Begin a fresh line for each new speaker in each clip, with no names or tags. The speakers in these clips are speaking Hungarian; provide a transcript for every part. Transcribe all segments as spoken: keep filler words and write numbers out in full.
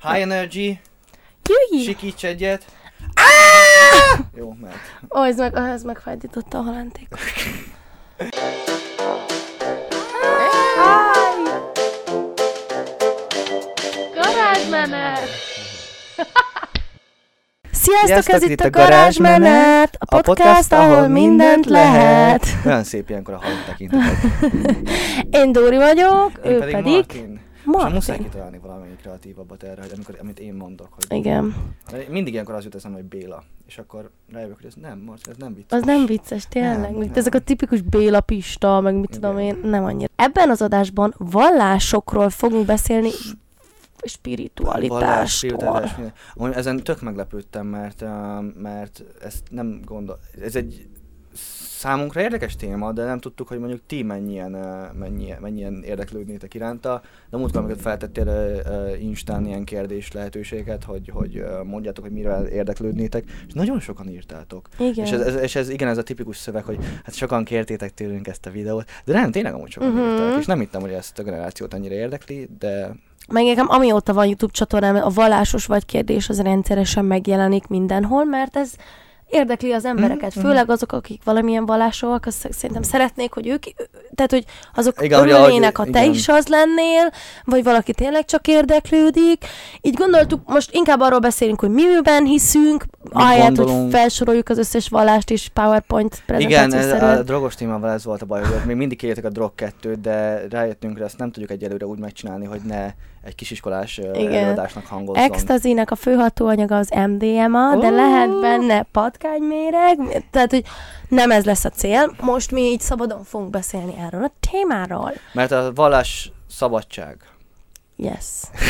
High energy.
Jöjj!
Sikíts egyet. Jó, mert...
Ó, ez, meg, ez megfájdította a halántékot. Garázsmenet! Sziasztok, ez itt a Garázsmenet, a podcast, ahol mindent lehet.
Olyan szép ilyenkor a halántekintetet.
Én Dóri vagyok,
Én
ő
pedig
pedig...
Martin.
Martin.
És muszáj kitalálni valami kreatívabbat erre, hogy amikor, amit én mondok. Hogy
Igen.
Mindig ilyenkor az jut eszembe, hogy Béla. És akkor rájövök, hogy ez nem, Martin, ez nem vicces.
Az nem vicces, tényleg.
Nem,
Mit
nem.
Ezek a tipikus Béla Pista, meg mit
Igen.
tudom én, nem annyira. Ebben az adásban vallásokról fogunk beszélni,
Vallás,
spiritualitástól.
spiritualitás, minden. Amúgy ezen tök meglepődtem, mert, uh, mert ezt nem gondol... Ez egy számunkra érdekes téma, de nem tudtuk, hogy mondjuk ti mennyien, uh, mennyien, mennyien érdeklődnétek iránta. De múltkor, amikor feltettél uh, Instán ilyen kérdés lehetőséget, hogy, hogy uh, mondjátok, hogy mivel érdeklődnétek, és nagyon sokan írtátok.
Igen.
És ez, ez, és ez igen, ez a tipikus szöveg, hogy hát sokan kértétek tőlünk ezt a videót, de nem, tényleg amúgy sokan
Mhm.
írták, és nem hittem, hogy ezt a generációt annyira érdekli, de...
Meg nekem amióta van YouTube csatornám, a vallásos vagy kérdés az rendszeresen megjelenik mindenhol, mert ez érdekli az embereket,
Mhm,
főleg azok, akik valamilyen vallásúak, azt szerintem szeretnék, hogy ők, tehát hogy azok
Igen, hogy
örülnének, ha
ahogy-
te
igen.
is az lennél, vagy valaki tényleg csak érdeklődik. Így gondoltuk, most inkább arról beszélünk, hogy mi miben hiszünk, ahelyett, hogy
gondolunk.
felsoroljuk az összes vallást és PowerPoint
Igen, ez,
prezentációszerűen.
a drogos témával ez volt a baj, hogy még mindig kérjétek a drog kettőt, de rájöttünk rá, ezt nem tudjuk egyelőre úgy megcsinálni, hogy ne egy kisiskolás ö,
Igen.
előadásnak hangozzon.
Ecstasy-nek a fő hatóanyaga az em dé em á, de
Ó.
lehet benne patkányméreg, tehát hogy nem ez lesz a cél. Most mi így szabadon fogunk beszélni erről a témáról.
Mert a vallás szabadság.
Yes.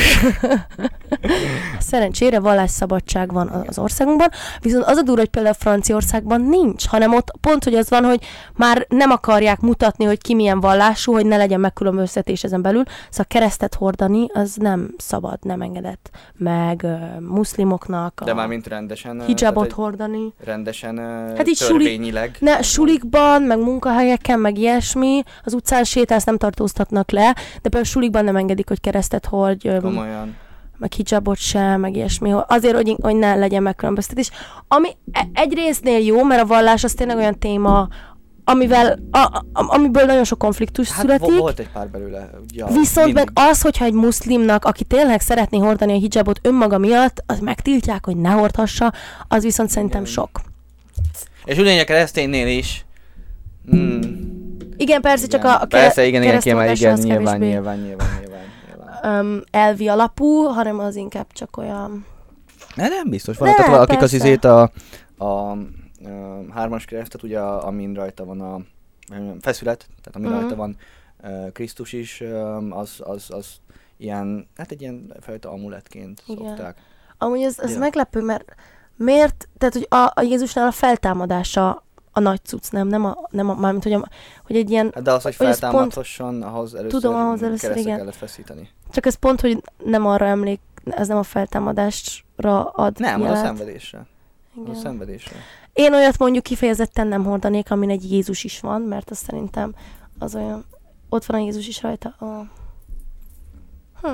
Szerencsére vallásszabadság van az országunkban, viszont az a durva, hogy például Franciaországban nincs, hanem ott pont, hogy az van, hogy már nem akarják mutatni, hogy ki milyen vallású, hogy ne legyen megkülönböztetés ezen belül, szóval keresztet hordani, az nem szabad, nem engedett meg uh, muszlimoknak,
De
a
már mint rendesen, ö,
hijabot
tehát egy
hordani.
rendesen ö,
Hát így suli-
törvényileg.
Ne, sulikban, meg munkahelyeken, meg ilyesmi, az utcán sétálsz, nem tartóztatnak le, de például sulikban nem engedik, hogy keresztet hordj, öm,
Komolyan.
meg hijabot sem, meg ilyesmi, azért, hogy, hogy ne legyen megkülönböztetés. Ami e- egy résznél jó, mert a vallás az tényleg olyan téma, amivel, a, a, amiből nagyon sok konfliktus
Hát
születik.
vo- volt egy pár belőle. Ja,
Viszont
mindig.
meg az, hogyha egy muszlimnak, aki tényleg szeretné hordani a hijabot önmaga miatt, az megtiltják, hogy ne hordhassa, az viszont szerintem
Igen.
sok.
És ugyanígy a kereszténynél is. Hmm.
Igen, persze, csak a, a
Persze, igen, igen, kiemel,
keresztmondása
igen,
az
nyilván,
kevésbé.
nyilván, nyilván, nyilván, nyilván.
Um, elvi alapú, hanem az inkább csak olyan...
Ne, nem biztos. Vannak,
Ne,
tehát, akik az
persze.
izét a, a, a hármas keresztet, ugye, amin rajta van a feszület, tehát amin
Mhm.
rajta van uh, Krisztus is, um, az, az, az ilyen, hát egy ilyen fajta amulettként
Igen.
szokták.
Amúgy ez, ez
Ja.
meglepő, mert miért, tehát hogy a, a Jézusnál a feltámadása a nagy cucc, nem, nem a, nem a mármint, hogy, a, hogy egy ilyen,
Hát de az, hogy
Hogy ez
feltámadhasson, ahhoz először,
Tudom, ahhoz először,
keresztre
igen.
kellett feszíteni.
csak ez pont, hogy nem arra emlék, ez nem a feltámadásra ad
Nem, az a
jelet.
szenvedésre. Az a
Igen.
szenvedésre.
Én olyat mondjuk kifejezetten nem hordanék, amin egy Jézus is van, mert az szerintem az olyan, ott van a Jézus is rajta. Oh. Hm.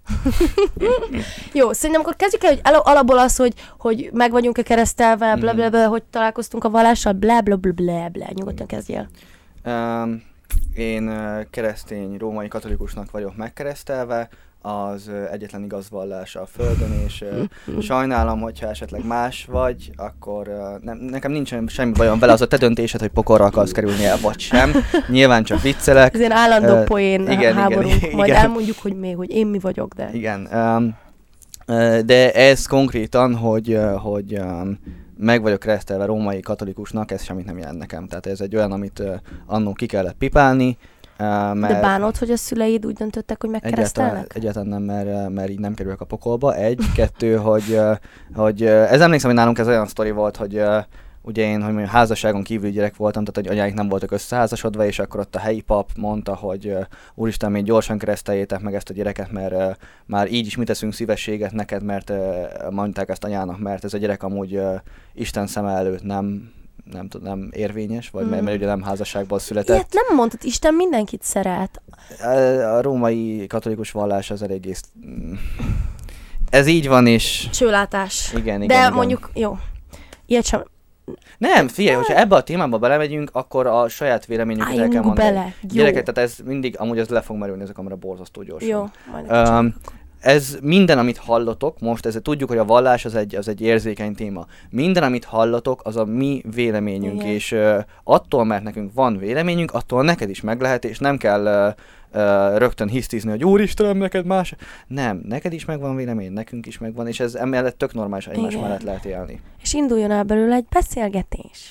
Jó, szerintem akkor kezdjük el, hogy al- alapból az, hogy, hogy meg vagyunk-e keresztelve, bla, bla, bla, hogy találkoztunk a vallással, bla bla bla bla bla. Nyugodtan kezdjél.
Um, én uh, keresztény, római katolikusnak vagyok megkeresztelve, az uh, egyetlen igaz vallás a Földön, és uh, sajnálom, hogyha esetleg más vagy, akkor uh, nem, nekem nincsen semmi bajom vele, az a te döntésed, hogy pokolra akarsz kerülni el, vagy sem. Nyilván csak viccelek.
Ez ilyen állandó
Ö,
poén
igen, igen,
háború. Majd
igen.
elmondjuk, hogy még, hogy én mi vagyok, de...
Igen. Um, uh, de ez konkrétan, hogy, uh, hogy um, meg vagyok keresztelve római katolikusnak, ez semmit nem jelent nekem. Tehát ez egy olyan, amit uh, annó ki kellett pipálni. Uh, mert
De bánod, hogy a szüleid úgy döntöttek, hogy
Egyáltalán,
megkeresztelnek?
egyáltalán nem, mert, mert így nem kerülök a pokolba. Egy, kettő, hogy, hogy ez emlékszem, hogy nálunk ez olyan sztori volt, hogy ugye én, hogy mondjam, házasságon kívüli gyerek voltam, tehát hogy anyáik nem voltak összeházasodva, és akkor ott a helyi pap mondta, hogy úristen, még gyorsan kereszteljétek meg ezt a gyereket, mert már így is mi teszünk szívességet neked, mert mondták ezt anyának, mert ez a gyerek amúgy Isten szeme előtt nem, nem tudom, nem érvényes, vagy mm. mert, mert ugye nem házasságból született.
Ilyet nem mondtad, Isten mindenkit szeret.
A római katolikus vallás az eléggé... ez így van is.
Csőlátás.
Igen, igen,
De
igen.
mondjuk, jó, ilyet sem...
Nem, figyelj, hogyha ebbe a témába belemegyünk, akkor a saját véleményünket el kell mondani.
bele, jó.
Gyerekek, tehát ez mindig, amúgy ez le fog merülni ez a kamera borzasztó gyorsan.
Jó, majd
Um, ez minden, amit hallotok, most ez, tudjuk, hogy a vallás az egy, az egy érzékeny téma. Minden, amit hallotok, az a mi véleményünk,
Igen.
és uh, attól, mert nekünk van véleményünk, attól neked is meg lehet, és nem kell uh, uh, rögtön hisztizni, hogy úristenem, neked más. Nem, neked is megvan vélemény, nekünk is megvan, és ez emellett tök normális, egymás
Igen.
mellett lehet élni.
És induljon el belőle egy beszélgetés.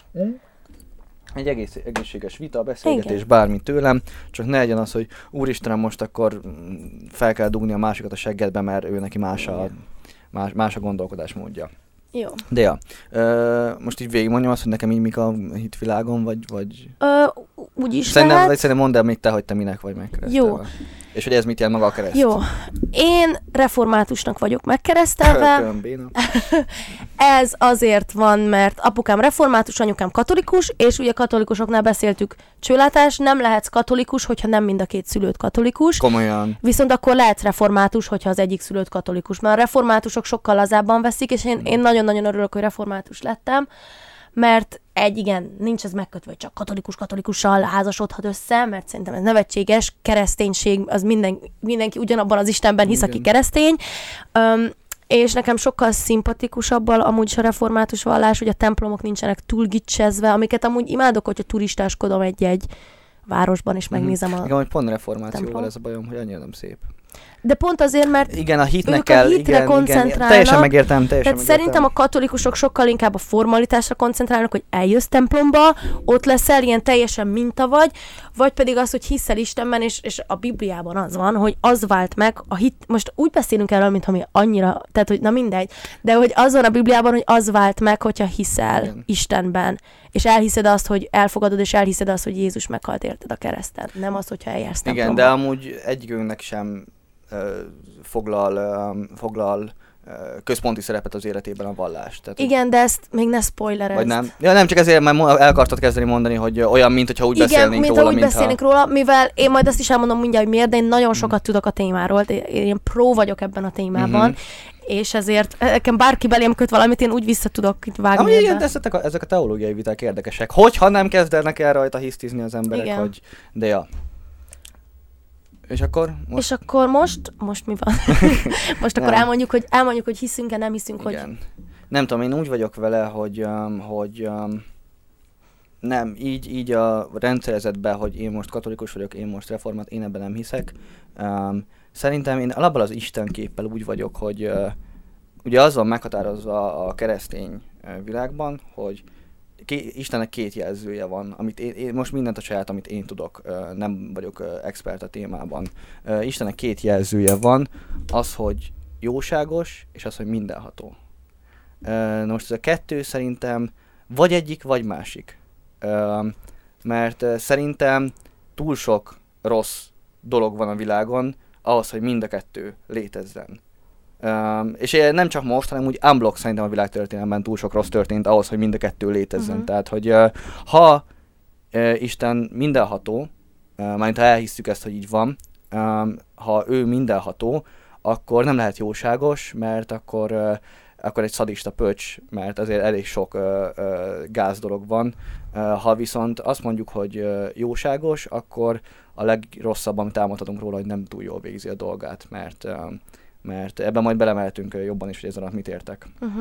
Egy egész, egészséges vita, beszélgetés,
Igen.
bármi tőlem, csak ne legyen az, hogy úristenem, most akkor mm, fel kell dugni a másikat a seggedbe, mert ő neki más a, más, más a gondolkodásmódja.
Jó.
De ja, ö, most így végigmondjam azt, hogy nekem így mik a hitvilágon, vagy... vagy...
Ö, úgy is
Szerintem,
lehet.
vagy szerintem mondd el még te, hogy te minek vagy megkeresztelve.
Jó.
És hogy ez mit jelent maga a kereszt.
Jó. Én reformátusnak vagyok megkeresztelve.
Kömbéna.
Ez azért van, mert apukám református, anyukám katolikus, és ugye katolikusoknál beszéltük, csőlátás, nem lehetsz katolikus, hogyha nem mind a két szülőd katolikus.
Komolyan.
Viszont akkor lehetsz református, hogyha az egyik szülőd katolikus. Mert a reformátusok sokkal lazábban veszik, és én, én nagyon-nagyon örülök, hogy református lettem, mert egy, igen, nincs ez megkötve, hogy csak katolikus-katolikussal házasodhat össze, mert szerintem ez nevetséges, kereszténység, az minden, mindenki ugyanabban az Istenben hisz,
Igen.
aki keresztény. Um, és nekem sokkal szimpatikusabbal amúgy is a református vallás, hogy a templomok nincsenek túl gicsezve, amiket amúgy imádok, hogyha turistáskodom egy-egy városban, és megnézem a...
Igen, hogy pont reformációval
templom.
ez a bajom, hogy annyira nem szép.
De pont azért, mert
Igen, a hitnek
ők
kell,
a hitre
igen,
koncentrálnak.
igen, teljesen megértem, teljesen
Tehát
megértem.
szerintem a katolikusok sokkal inkább a formalitásra koncentrálnak, hogy eljössz templomba, ott leszel, ilyen teljesen minta vagy, vagy pedig az, hogy hiszel Istenben, és, és a Bibliában az van, hogy az vált meg a hit, most úgy beszélünk erről, mintha mi annyira, tehát hogy na mindegy, de hogy az van a Bibliában, hogy az vált meg, hogyha hiszel
Igen.
Istenben, és elhiszed azt, hogy elfogadod, és elhiszed azt, hogy Jézus meghalt érted a kereszten, nem az, hogyha eljársz templomba.
Igen, de amúgy egyikünknek sem ö, foglal, ö, foglal ö, központi szerepet az életében a vallás. Tehát,
Igen, de ezt még ne spoilerezd.
vagy nem. Ja, nem csak ezért, mert mo- el akartad kezdeni mondani, hogy olyan, mint hogyha úgy
Igen,
beszélnénk
mint
róla,
ahogy
mintha...
beszélnénk róla, mivel én majd azt is elmondom mindjárt, hogy miért, de én nagyon sokat tudok a témáról, én, én pró vagyok ebben a témában,
Mhm.
és ezért nekem bárki belém köt valamit, én úgy vissza tudok itt vágni.
Amúgy igen,
ebbe.
ezek a, ezek a teológiai viták érdekesek. Hogyha nem kezdenek el rajta hisztizni az emberek,
Igen.
hogy... De ja. És akkor? Most...
És akkor most, most mi van? most akkor
Nem.
elmondjuk, hogy elmondjuk, hogy hiszünk-e, nem hiszünk, hogy...
Igen. Nem tudom, én úgy vagyok vele, hogy, um, hogy um, nem, így, így a rendszerezetben, hogy én most katolikus vagyok, én most reformát, én ebben nem hiszek. Um, szerintem én alapból az Istenképpel úgy vagyok, hogy uh, ugye az van meghatározva a keresztény uh, világban, hogy Ké- Istennek két jelzője van, amit én, én most mindent a saját, amit én tudok, uh, nem vagyok uh, expert a témában. Uh, Istennek két jelzője van, az, hogy jóságos, és az, hogy mindenható. Uh, na most ez a kettő szerintem vagy egyik, vagy másik. Uh, mert uh, szerintem túl sok rossz dolog van a világon, ahhoz, hogy mind a kettő létezzen. Um, és nem csak most, hanem úgy unblock szerintem a világtörténelemben túl sok rossz történt ahhoz, hogy mind a kettő létezzen.
Uh-huh.
Tehát, hogy uh, ha uh, Isten mindenható, uh, mármint ha elhisszük ezt, hogy így van, um, ha ő mindenható, akkor nem lehet jóságos, mert akkor, uh, akkor egy szadista pöcs, mert azért elég sok uh, uh, gáz dolog van. Uh, ha viszont azt mondjuk, hogy uh, jóságos, akkor a legrosszabb, amit elmondhatunk róla, hogy nem túl jól végzi a dolgát, mert uh, mert ebben majd belemeltünk jobban is, hogy ezen mit értek.
Uh-huh.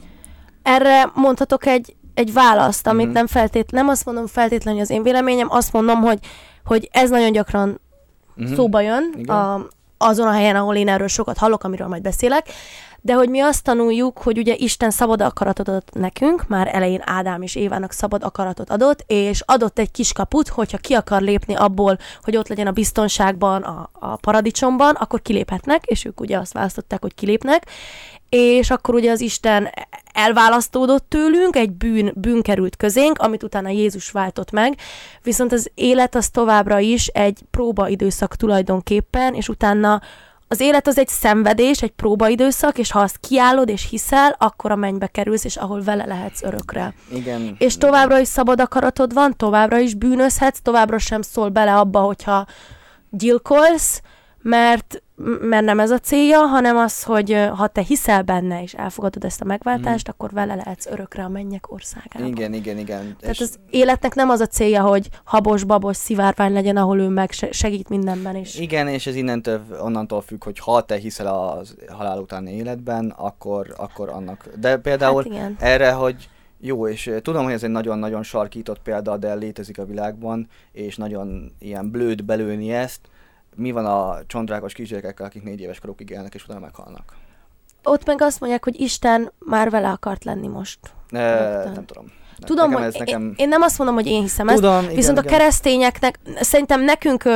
Erre mondhatok egy, egy választ, amit
Uh-huh.
nem feltét, nem azt mondom feltétlenül, hogy az én véleményem, azt mondom, hogy, hogy ez nagyon gyakran
Uh-huh.
szóba jön a, azon a helyen, ahol én erről sokat hallok, amiről majd beszélek, de hogy mi azt tanuljuk, hogy ugye Isten szabad akaratot adott nekünk, már elején Ádám és Évának szabad akaratot adott, és adott egy kis kaput, hogyha ki akar lépni abból, hogy ott legyen a biztonságban, a, a paradicsomban, akkor kiléphetnek, és ők ugye azt választották, hogy kilépnek, és akkor ugye az Isten elválasztódott tőlünk, egy bűn, bűn került közénk, amit utána Jézus váltott meg, viszont az élet az továbbra is egy próbaidőszak tulajdonképpen, és utána az élet az egy szenvedés, egy próbaidőszak, és ha azt kiállod és hiszel, akkor a mennybe kerülsz, és ahol vele lehetsz örökre.
Igen.
És továbbra is szabad akaratod van, továbbra is bűnözhetsz, továbbra sem szól bele abba, hogyha gyilkolsz, mert mert nem ez a célja, hanem az, hogy ha te hiszel benne, és elfogadod ezt a megváltást, mm. akkor vele lehetsz örökre a mennyek országába.
Igen, igen, igen.
Tehát és... az életnek nem az a célja, hogy habos-babos szivárvány legyen, ahol ő meg segít mindenben is.
Igen, és ez innentől, onnantól függ, hogy ha te hiszel a halál utáni életben, akkor, akkor annak. De például hát erre, hogy jó, és tudom, hogy ez egy nagyon-nagyon sarkított példa, de létezik a világban, és nagyon ilyen blőd belőni ezt. Mi van a csontrákos kisgyerekekkel, akik négy éves korukig élnek, és utána meghalnak?
Ott meg azt mondják, hogy Isten már vele akart lenni most.
E, nem tudom.
Tudom, nekem hogy ez nekem... én, én nem azt mondom, hogy én hiszem tudom, ezt, igen, viszont igen. A keresztényeknek, szerintem nekünk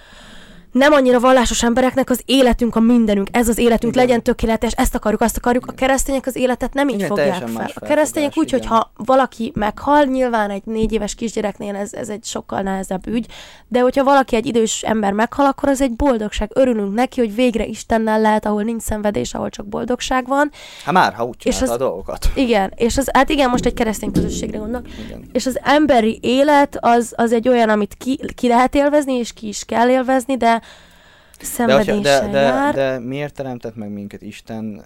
nem annyira vallásos embereknek az életünk a mindenünk, ez az életünk, igen. Legyen tökéletes, ezt akarjuk, azt akarjuk. Igen. A keresztények az életet nem így igen, fogják fel. A keresztények úgy, hogy ha valaki meghal, nyilván egy négy éves kisgyereknél ez, ez egy sokkal nehezebb ügy, de hogyha valaki egy idős ember meghal, akkor az egy boldogság. Örülünk neki, hogy végre Istennel lehet, ahol nincs szenvedés, ahol csak boldogság van.
Hát már, ha úgy csinálta a dolgokat.
Igen, és az, hát igen, most egy keresztény közösségre gondolok. Igen. És az emberi élet az, az egy olyan, amit ki, ki lehet élvezni, és ki is kell élvezni, de szenvedéssel
de, de,
jár.
De, de miért teremtett meg minket Isten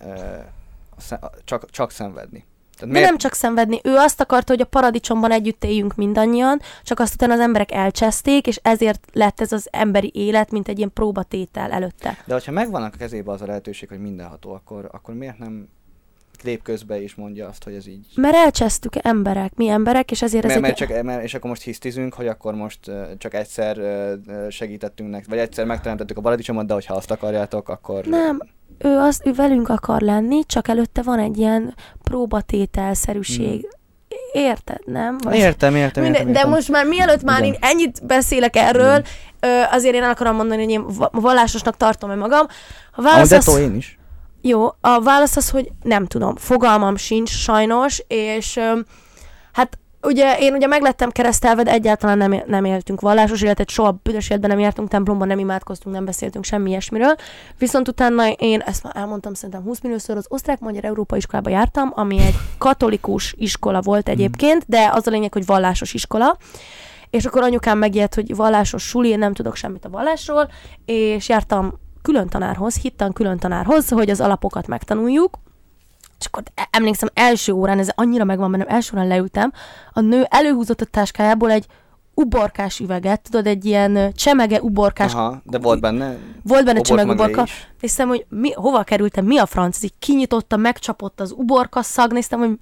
uh, csak, csak szenvedni?
Tehát de nem csak szenvedni. Ő azt akarta, hogy a paradicsomban együtt éljünk mindannyian, csak azt utána az emberek elcseszték, és ezért lett ez az emberi élet, mint egy ilyen próbatétel előtte.
De hogyha megvan a kezébe az a lehetőség, hogy mindenható, akkor, akkor miért nem lép közbe és mondja azt, hogy ez így...
Mert elcsesztük emberek, mi emberek, és ezért
mert,
ez
mert
egy...
csak, mert, és akkor most hisztizünk, hogy akkor most uh, csak egyszer uh, segítettünk nektek, vagy egyszer megteremtettük a paradicsomot, de hogyha azt akarjátok, akkor...
Nem, ő, az, ő velünk akar lenni, csak előtte van egy ilyen próbatételszerűség. Hmm. Érted, nem?
Vagy... Értem, értem,
Minden,
értem, értem.
De most már mielőtt már én ennyit beszélek erről, hmm. azért én el akarom mondani, hogy én vallásosnak tartom-e magam. A válasz
az... én is.
Jó, a válasz az, hogy nem tudom, fogalmam sincs sajnos, és öm, hát ugye én ugye meglettem keresztelve, de egyáltalán nem, nem éltünk vallásos életet, soha büdös életben nem jártunk templomban, nem imádkoztunk, nem beszéltünk semmi ilyesmiről. Viszont utána én, ezt már elmondtam szerintem húsz milliószor, az Osztrák-Magyar Európa iskolába jártam, ami egy katolikus iskola volt egyébként, de az a lényeg, hogy vallásos iskola. És akkor anyukám megijedt, hogy vallásos suli, én nem tudok semmit a vallásról, és jártam külön tanárhoz, hittan külön tanárhoz, hogy az alapokat megtanuljuk. És akkor emlékszem, első órán, ez annyira megvan bennem, első órán leültem, a nő előhúzott a táskájából egy uborkás üveget, tudod, egy ilyen csemege uborkás.
Aha, de volt benne
Volt benne csemege uborka. Néztem, hogy mi, hova kerültem, mi a franc, ez így kinyitotta, megcsapott az uborka szag, néztem, hogy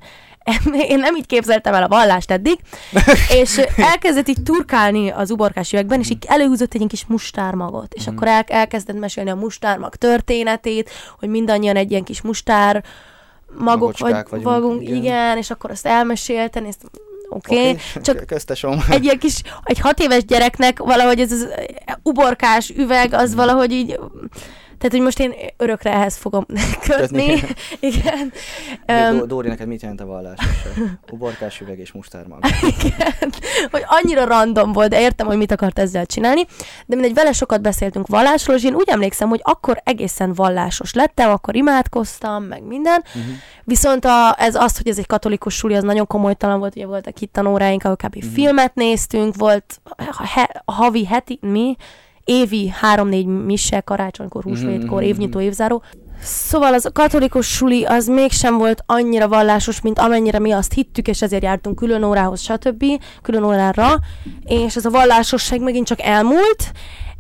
én nem így képzeltem el a vallást eddig, és elkezdett így turkálni az uborkás üvegben, és így előhúzott egy ilyen kis mustármagot, és mm. akkor el, elkezdett mesélni a mustármag történetét, hogy mindannyian egy ilyen kis mustár magok vagy, vagyunk, igen. igen, és akkor azt elmesélte, néztem, oké, okay. okay. csak
köztesom.
Egy ilyen kis, egy hat éves gyereknek valahogy ez az uborkás üveg, az mm. valahogy így... Tehát, hogy most én örökre ehhez fogom kötni. Igen.
Um, Dóri, neked mit jelent a vallás? Uborkás üveg és mustármag.
Igen. Hogy annyira random volt, de értem, hogy mit akart ezzel csinálni. De mindegy, vele sokat beszéltünk vallásról, és én úgy emlékszem, hogy akkor egészen vallásos lettem, akkor imádkoztam, meg minden. Uh-huh. Viszont a, ez az, hogy ez egy katolikus suli, az nagyon komolytalan volt, ugye voltak hittanóráink, ahol kb. Uh-huh. filmet néztünk, volt he, havi, heti, mi? évi három-négy mise, karácsonykor, húsvétkor, évnyitó, évzáró. Szóval az a katolikus suli az mégsem volt annyira vallásos, mint amennyire mi azt hittük, és ezért jártunk külön órához, stb. Külön órára, és ez a vallásosság megint csak elmúlt,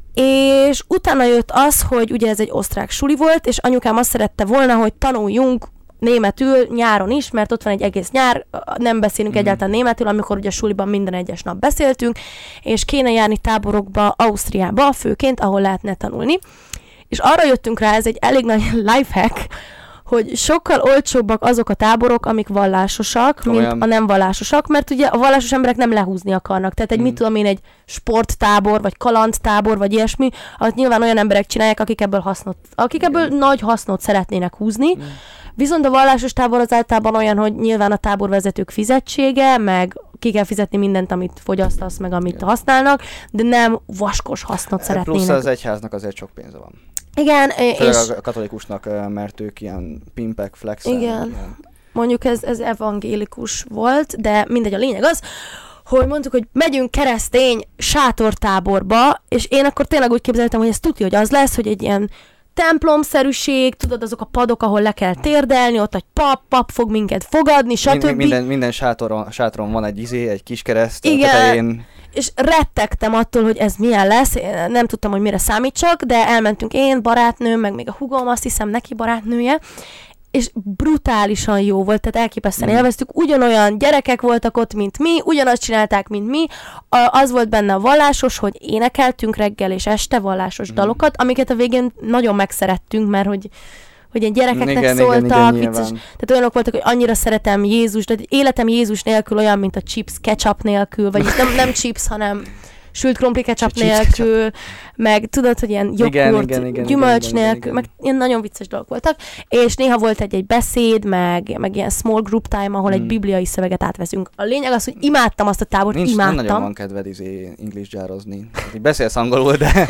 és utána jött az, hogy ugye ez egy osztrák suli volt, és anyukám azt szerette volna, hogy tanuljunk németül nyáron is, mert ott van egy egész nyár, nem beszélünk mm. egyáltalán németül, amikor ugye a suliban minden egyes nap beszéltünk, és kéne járni táborokba, Ausztriába főként, ahol lehetne tanulni. És arra jöttünk rá, ez egy elég nagy lifehack, hogy sokkal olcsóbbak azok a táborok, amik vallásosak, mint olyan. A nem vallásosak, mert ugye a vallásos emberek nem lehúzni akarnak. Tehát egy, mm. mit tudom én, egy sporttábor, vagy kalandtábor, vagy ilyesmi, azt nyilván olyan emberek csinálják, akik ebből hasznot, akik ebből mm. nagy hasznot szeretnének húzni. Mm. Viszont a vallásos tábor az általában olyan, hogy nyilván a táborvezetők fizetsége, meg ki kell fizetni mindent, amit fogyasztasz, meg amit igen. használnak, de nem vaskos hasznot szeretnének.
Plusz az egyháznak azért sok pénze van.
Igen,
főleg
és...
a katolikusnak, mert ők ilyen pimpek, flexen.
Igen,
ilyen.
Mondjuk ez, ez evangélikus volt, de mindegy, a lényeg az, hogy mondtuk, hogy megyünk keresztény sátortáborba, és én akkor tényleg úgy képzeltem, hogy ez tudja, hogy az lesz, hogy egy ilyen templomszerűség, tudod, azok a padok, ahol le kell térdelni, ott egy pap, pap fog minket fogadni, stb.
Minden, minden, minden sátoron, sátoron van egy izé, egy kis kereszt.
Igen.
Tetején.
És rettegtem attól, hogy ez milyen lesz, én nem tudtam, hogy mire számítsak, de elmentünk én, barátnőm, meg még a hugom, azt hiszem neki barátnője, és brutálisan jó volt, tehát elképesztően mm. élveztük, ugyanolyan gyerekek voltak ott, mint mi, ugyanazt csinálták, mint mi, az volt benne a vallásos, hogy énekeltünk reggel és este vallásos mm. dalokat, amiket a végén nagyon megszerettünk, mert hogy hogy ilyen gyerekeknek
igen,
szóltak,
igen, igen,
vicces, tehát olyanok voltak, hogy annyira szeretem Jézus, de életem Jézus nélkül olyan, mint a chips ketchup nélkül, vagy nem, nem chips, hanem sült krumpli ketchup nélkül, ketchup. Meg tudod, hogy ilyen joghurt, igen, igen, igen, gyümölcs igen, nélkül, igen, igen. meg ilyen nagyon vicces dolgok voltak, és néha volt egy-egy beszéd, meg, meg ilyen small group time, ahol hmm. egy bibliai szöveget átveszünk. A lényeg az, hogy imádtam azt a tábort,
Nincs,
imádtam.
Nem nagyon van kedved izé English jározni. Így beszélsz angolul, de...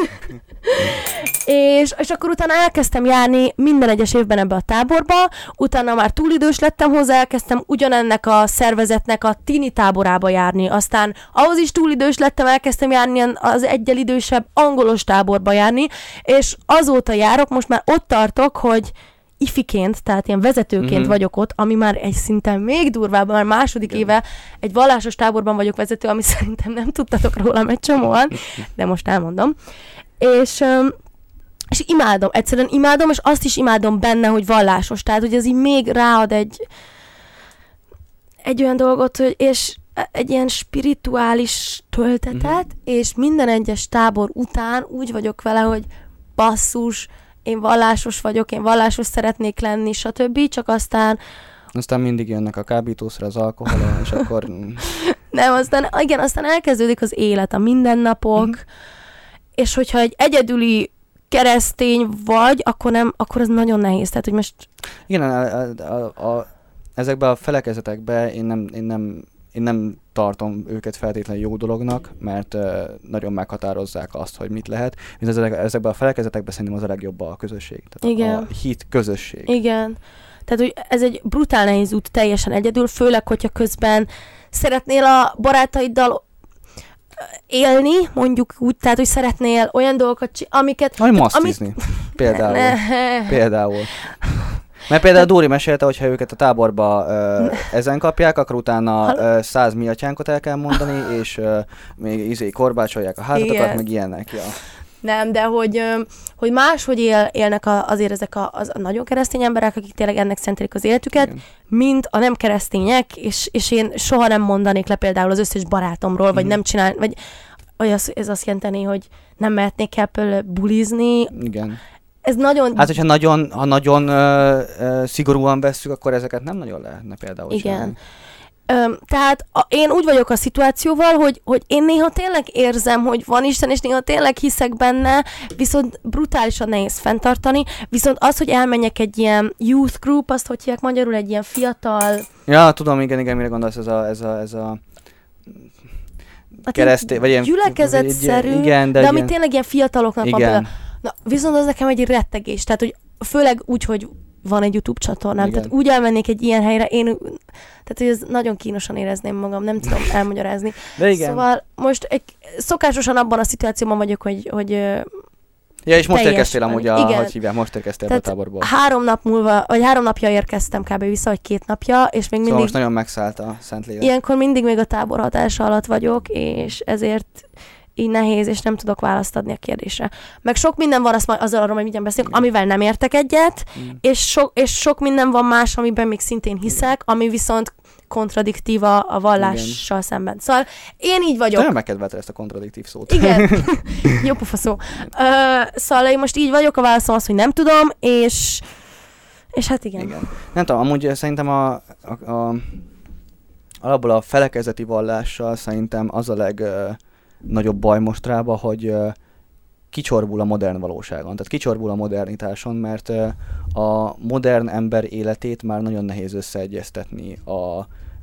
és, és akkor utána elkezdtem járni minden egyes évben ebbe a táborba, utána már túlidős lettem hozzá, elkezdtem ugyanennek a szervezetnek a tini táborába járni, aztán ahhoz is túlidős lettem, elkezdtem járni az egyel idősebb angolos táborba járni, és azóta járok, most már ott tartok, hogy ifiként, tehát ilyen vezetőként mm-hmm. vagyok ott, ami már egy szinten még durvább, már második Igen. éve egy vallásos táborban vagyok vezető, ami szerintem nem tudtatok rólam egy csomóan, de most elmondom. És... És imádom, egyszerűen imádom, és azt is imádom benne, hogy vallásos. Tehát, hogy ez így még ráad egy, egy olyan dolgot, hogy, és egy ilyen spirituális töltetet, mm-hmm. és minden egyes tábor után úgy vagyok vele, hogy basszus, én vallásos vagyok, én vallásos szeretnék lenni, stb. Csak aztán...
Aztán mindig jönnek a kábítószer, az alkohol, és akkor...
Nem, aztán, igen, aztán elkezdődik az élet, a mindennapok, mm-hmm. és hogyha egy egyedüli keresztény vagy, akkor nem, akkor ez nagyon nehéz. Tehát, hogy most...
Igen, a, a, a, ezekben a felekezetekben én nem, én, nem, én nem tartom őket feltétlenül jó dolognak, mert uh, nagyon meghatározzák azt, hogy mit lehet. Mint ezek, ezekben a felekezetekben szerintem az a legjobb a közösség. Tehát Igen. a hit közösség.
Igen. Tehát, hogy ez egy brutál nehéz út teljesen egyedül, főleg, hogyha közben szeretnél a barátaiddal élni, mondjuk úgy, tehát, hogy szeretnél olyan dolgokat csinálni, amiket...
Vagy masztizni, amit... például. például. Mert például Dóri mesélte, hogy ha őket a táborba uh, ezen kapják, akkor utána uh, száz mi atyánkot el kell mondani, és uh, még izé korbácsolják a házatokat, Igen. meg ilyenek. Ja.
Nem, de hogy, hogy máshogy él, élnek a, azért ezek a, az a nagyon keresztény emberek, akik tényleg ennek szentelik az életüket, Igen. mint a nem keresztények, és, és én soha nem mondanék le például az összes barátomról, vagy mm. nem csinál, vagy, vagy az, ez azt jelenteni, hogy nem mehetnék el például bulizni.
Igen.
Ez nagyon...
Hát, hogyha nagyon, ha nagyon uh, uh, szigorúan vesszük, akkor ezeket nem nagyon lehetne például
Igen.
csinálni.
Öm, tehát a, én úgy vagyok a szituációval, hogy, hogy én néha tényleg érzem, hogy van Isten, és néha tényleg hiszek benne, viszont brutálisan nehéz fenntartani, viszont az, hogy elmenjek egy ilyen youth group, azt hogy hívják magyarul, egy ilyen fiatal...
Ja, tudom, igen, igen, mire gondolsz, ez a... Ez a, ez a... keresztény, vagy ilyen...
gyülekezetszerű, igen, de, de ami ilyen... tényleg ilyen fiataloknak igen. van például. Na, viszont az nekem egy rettegés, tehát hogy főleg úgy, hogy van egy YouTube csatornám, Igen. tehát úgy elmennék egy ilyen helyre, én, tehát hogy ez nagyon kínosan érezném magam, nem tudom elmagyarázni.
De igen.
Szóval most egy, szokásosan abban a szituációban vagyok, hogy, hogy
ja, és most érkeztél amúgy, a, hogy hívják, most érkeztél a táborból.
három nap múlva, vagy három napja érkeztem kb. Vissza, vagy két napja, és még
szóval
mindig...
most nagyon megszállt a Szentlélek.
Ilyenkor mindig még a tábor hatása alatt vagyok, és ezért így nehéz, és nem tudok választ adni a kérdésre. Meg sok minden van, azt majd azzal arról, hogy mindjárt beszélünk, amivel nem értek egyet, mm. és, so, és sok minden van más, amiben még szintén hiszek, ami viszont kontradiktív a, a vallással Igen. szemben. Szóval én így vagyok.
Nagyon megkedvelted ezt a kontradiktív szót.
Igen. Jó pofa szó. Uh, szóval én most így vagyok, a válaszom az, hogy nem tudom, és, és hát igen. igen.
Nem tudom, amúgy szerintem a, a, a alapból a felekezeti vallással szerintem az a leg... nagyobb baj mostrában, hogy uh, kicsorbul a modern valóságon, tehát kicsorbul a modernitáson, mert uh, a modern ember életét már nagyon nehéz összeegyeztetni a uh,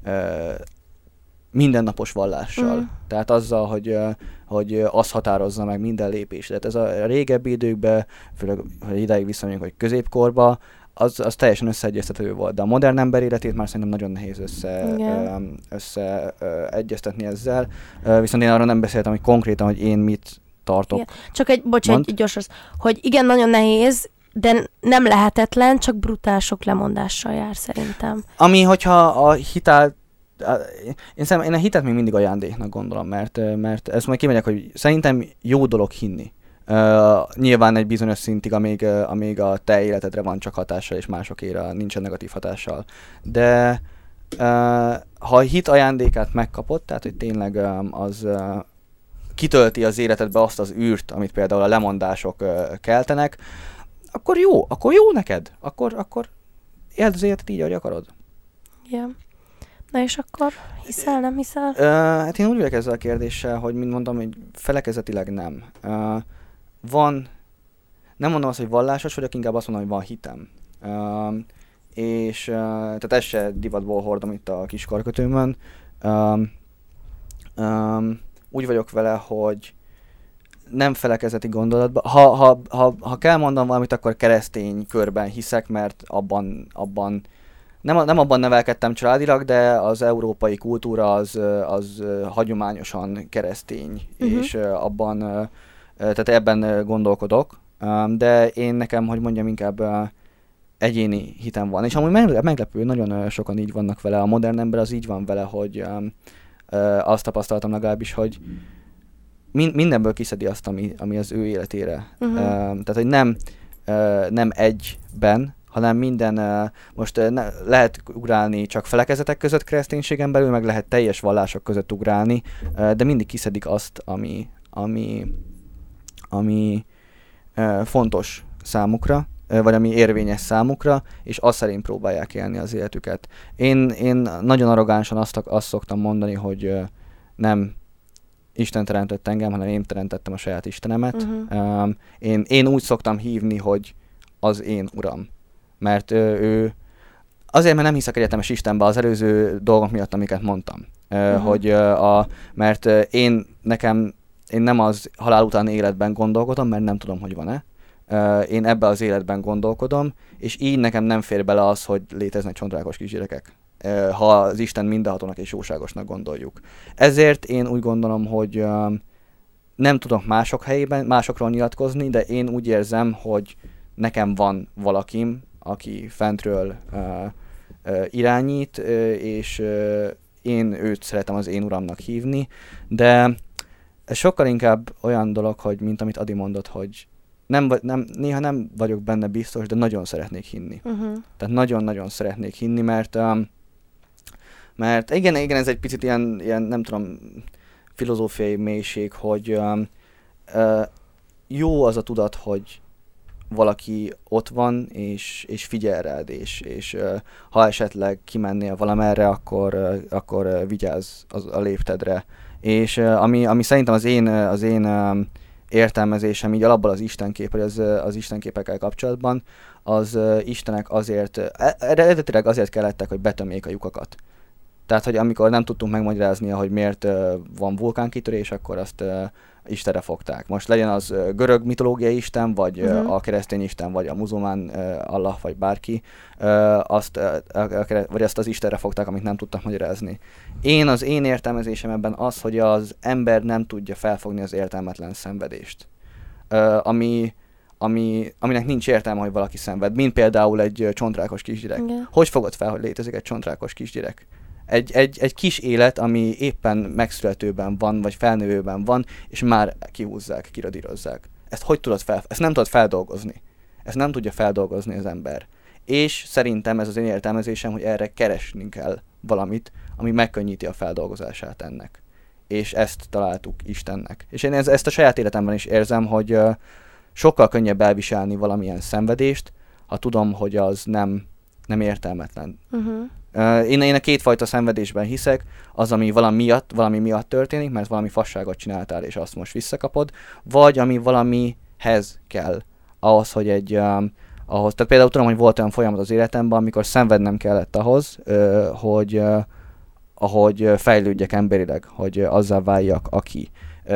mindennapos vallással. Mm. Tehát azzal, hogy, uh, hogy az határozza meg minden lépést. Tehát ez a régebbi időkben, főleg hogy ideig viszonyunk, hogy középkorba, az, az teljesen összeegyeztető volt, de a modern ember életét már szerintem nagyon nehéz összeegyeztetni össze, uh, ezzel. Uh, viszont én arról nem beszéltem, hogy konkrétan, hogy én mit tartok.
Igen. Csak egy, bocs, egy gyors, hogy igen, nagyon nehéz, de nem lehetetlen, csak brutál sok lemondással jár szerintem.
Ami, hogyha a hitel, én, szem, én a hitet még mindig ajándéknak gondolom, mert, mert ezt majd kimegyek, hogy szerintem jó dolog hinni. Uh, nyilván egy bizonyos szintig, amíg, uh, amíg a te életedre van csak hatással, és másokére nincsen negatív hatással. De uh, ha a hit ajándékát megkapod, tehát hogy tényleg um, az uh, kitölti az életedbe azt az űrt, amit például a lemondások uh, keltenek, akkor jó, akkor jó neked, akkor, akkor éld az életet így, ahogy akarod.
Igen. Na és akkor hiszel, nem hiszel?
Uh, hát én úgy vagyok ezzel a kérdéssel, hogy mint mondom, hogy felekezetileg nem. Uh, van, nem mondom azt, hogy vallásos vagyok, inkább azt mondom, hogy van hitem. Uh, és uh, tehát ezt se divatból hordom itt a kis karkötőmön. Uh, um, úgy vagyok vele, hogy nem felekezeti gondolatban. Ha, ha, ha, ha kell mondanom valamit, akkor keresztény körben hiszek, mert abban, abban nem, nem abban nevelkedtem családilag, de az európai kultúra az, az hagyományosan keresztény, uh-huh. és abban, tehát ebben gondolkodok. De én nekem, hogy mondjam, inkább egyéni hitem van. És amúgy meglepő, nagyon sokan így vannak vele. A modern ember az így van vele, hogy azt tapasztaltam legalábbis, hogy Min- mindenből kiszedi azt, ami, ami az ő életére. Uh-huh. Uh, tehát, hogy nem, uh, nem egyben, hanem minden, uh, most uh, ne, lehet ugrálni csak felekezetek között kereszténységen belül, meg lehet teljes vallások között ugrálni, uh, de mindig kiszedik azt, ami, ami, ami uh, fontos számukra, uh, vagy ami érvényes számukra, és azt szerint próbálják élni az életüket. Én, én nagyon arrogánsan azt, azt szoktam mondani, hogy uh, nem Isten teremtett engem, hanem én teremtettem a saját Istenemet. Uh-huh. Um, én, én úgy szoktam hívni, hogy az én uram. Mert uh, ő... Azért, mert nem hiszek egyetemes Istenbe az előző dolgok miatt, amiket mondtam. Uh, uh-huh. Hogy uh, a... Mert uh, én nekem... Én nem az halál utáni életben gondolkodom, mert nem tudom, hogy van-e. Uh, én ebbe az életben gondolkodom, és így nekem nem fér bele az, hogy léteznek csontrákos kisgyerekek, ha az Isten mindenhatónak és jóságosnak gondoljuk. Ezért én úgy gondolom, hogy um, nem tudok mások helyében, másokról nyilatkozni, de én úgy érzem, hogy nekem van valakim, aki fentről uh, uh, irányít, uh, és uh, én őt szeretem az én uramnak hívni, de ez sokkal inkább olyan dolog, hogy mint amit Adi mondott, hogy Nem, nem, néha nem vagyok benne biztos, de nagyon szeretnék hinni. Uh-huh. Tehát nagyon-nagyon szeretnék hinni, mert um, mert igen, igen, ez egy picit ilyen, ilyen nem tudom, filozófiai mélység, hogy um, uh, jó az a tudat, hogy valaki ott van, és, és figyel rád, és, és uh, ha esetleg kimennél valamerre, akkor, uh, akkor uh, vigyázz az, a léptedre. És uh, ami, ami szerintem az én, az én um, értelmezésem így alapból az istenkép, vagy az, az istenképekkel kapcsolatban, az uh, Istenek azért, eredetileg azért kellettek, hogy betömjék a lyukakat. Tehát, hogy amikor nem tudtunk megmagyarázni, hogy miért uh, van vulkánkitörés, akkor azt uh, Istenre fogták. Most legyen az uh, görög mitológiai isten, vagy uh, uh-huh. a keresztény isten, vagy a muzulmán uh, Allah, vagy bárki, uh, azt, uh, vagy azt az Istenre fogták, amit nem tudtak magyarázni. Én, az én értelmezésem ebben az, hogy az ember nem tudja felfogni az értelmetlen szenvedést. Uh, ami, ami, aminek nincs értelme, hogy valaki szenved. Mint például egy uh, csontrákos kisgyerek. Igen. Hogy fogod fel, hogy létezik egy csontrákos kisgyerek? Egy, egy, egy kis élet, ami éppen megszületőben van, vagy felnővőben van, és már kihúzzák, kiradírozzák. Ezt hogy tudod fel, ezt nem tudod feldolgozni. Ezt nem tudja feldolgozni az ember. És szerintem ez az én értelmezésem, hogy erre keresni kell valamit, ami megkönnyíti a feldolgozását ennek. És ezt találtuk Istennek. És én ez, ezt a saját életemben is érzem, hogy uh, sokkal könnyebb elviselni valamilyen szenvedést, ha tudom, hogy az nem, nem értelmetlen. Uh-huh. Uh, én, én a kétfajta szenvedésben hiszek, az, ami valami miatt, valami miatt történik, mert valami fasságot csináltál, és azt most visszakapod, vagy ami valamihez kell, ahhoz, hogy egy, um, ahhoz, tehát például tudom, hogy volt olyan folyamat az életemben, amikor szenvednem kellett ahhoz, uh, hogy uh, ahogy fejlődjek emberileg, hogy uh, azzá váljak, aki.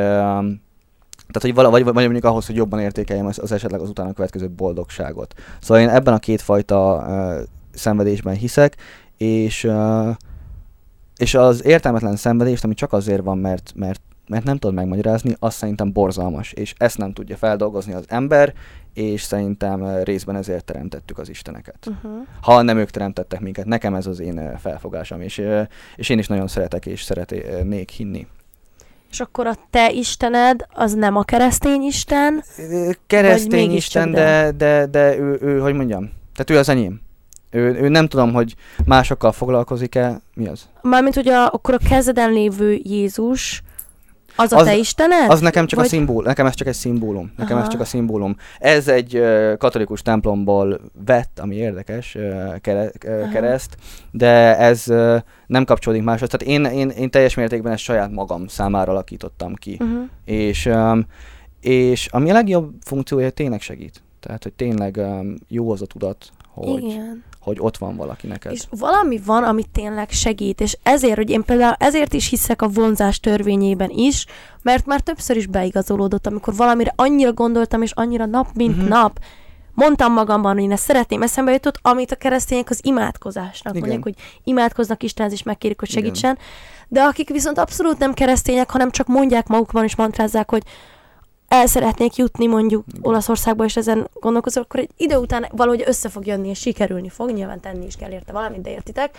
Um, Tehát, hogy vala, vagy, vagy mondjuk ahhoz, hogy jobban értékeljem az, az esetleg az utána következő boldogságot. Szóval én ebben a kétfajta uh, szenvedésben hiszek, és, uh, és az értelmetlen szenvedést, ami csak azért van, mert, mert, mert nem tudod megmagyarázni, az szerintem borzalmas, és ezt nem tudja feldolgozni az ember, és szerintem részben ezért teremtettük az isteneket. Uh-huh. Ha nem ők teremtettek minket, nekem ez az én felfogásom, és, és én is nagyon szeretek és szeretnék hinni.
És akkor a te istened, az nem a keresztény isten?
Keresztény isten, de, de, de ő, ő, hogy mondjam, tehát ő az enyém. Ő, ő nem tudom, hogy másokkal foglalkozik-e, mi az?
Mármint, hogy a, akkor a kezeden lévő Jézus, az a az, te istened?
Az nekem csak vagy... a szimbólum, nekem ez csak egy szimbólum. Nekem Aha. ez csak a szimbólum. Ez egy uh, katolikus templomból vett, ami érdekes, uh, kere, uh, kereszt, de ez uh, nem kapcsolódik máshoz. Tehát én, én, én teljes mértékben ezt saját magam számára alakítottam ki. Uh-huh. És, um, és ami a legjobb funkciója, tényleg segít. Tehát, hogy tényleg um, jó az a tudat, hogy... Igen. hogy ott van valaki neked.
És valami van, ami tényleg segít, és ezért, hogy én például ezért is hiszek a vonzás törvényében is, mert már többször is beigazolódott, amikor valamire annyira gondoltam, és annyira nap, mint uh-huh. nap, mondtam magamban, hogy én ezt szeretném, eszembe jutott, amit a keresztények az imádkozásnak Igen. mondják, hogy imádkoznak Istenhez, és megkérik, hogy segítsen, Igen. de akik viszont abszolút nem keresztények, hanem csak mondják magukban, és mantrázzák, hogy el szeretnék jutni mondjuk Olaszországba, és ezen gondolkozok, akkor egy idő után valahogy össze fog jönni, és sikerülni fog, nyilván tenni is kell érte valamit, de értitek.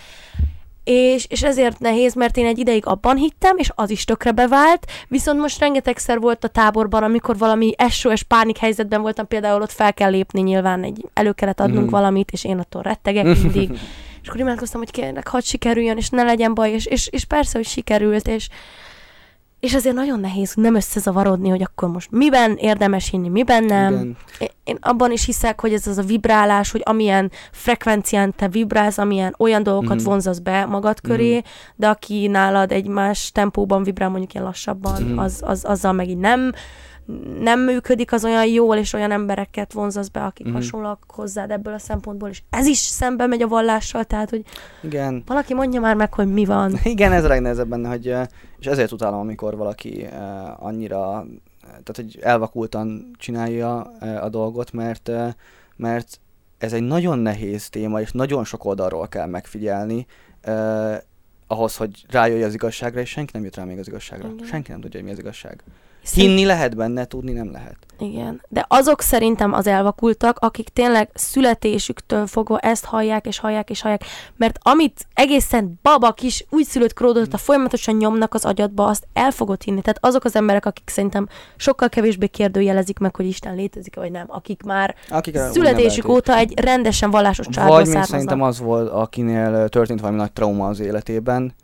És, és ezért nehéz, mert én egy ideig abban hittem, és az is tökre bevált, viszont most rengetegszer volt a táborban, amikor valami es o es pánik helyzetben voltam, például ott fel kell lépni, nyilván egy, elő kellett adnunk mm. valamit, és én attól rettegek mindig. És akkor imádkoztam, hogy kérlek, hadd sikerüljön, és ne legyen baj, és, és, és persze, hogy sikerült, és És ezért nagyon nehéz nem összezavarodni, hogy akkor most miben érdemes hinni, miben nem. Igen. Én abban is hiszek, hogy ez az a vibrálás, hogy amilyen frekvencián te vibrálsz, amilyen olyan dolgokat mm. vonzasz be magad köré, mm. de aki nálad egy más tempóban vibrál, mondjuk ilyen lassabban, mm. az, az, azzal meg így nem, nem működik az olyan jól, és olyan embereket vonzasz be, akik mm. hasonlóak hozzád ebből a szempontból, és ez is szembe megy a vallással, tehát, hogy
Igen.
valaki mondja már meg, hogy mi van.
Igen, ez a legnehezebb benne, hogy, és ezért utálom, amikor valaki annyira, tehát, hogy elvakultan csinálja a dolgot, mert, mert ez egy nagyon nehéz téma, és nagyon sok oldalról kell megfigyelni, eh, ahhoz, hogy rájöjj az igazságra, és senki nem jut rá még az igazságra. Igen. Senki nem tudja, hogy mi az igazság. Hinni lehet benne, tudni nem lehet.
Igen, de azok szerintem az elvakultak, akik tényleg születésüktől fogva ezt hallják, és hallják, és hallják, mert amit egészen baba kis újszülött kródota folyamatosan nyomnak az agyadba, azt el fogod hinni. Tehát azok az emberek, akik szerintem sokkal kevésbé kérdőjelezik meg, hogy Isten létezik, vagy nem, akik már akik születésük óta egy rendesen vallásos családból származnak.
Vagy még szerintem az volt, akinél történt valami nagy trauma az életében,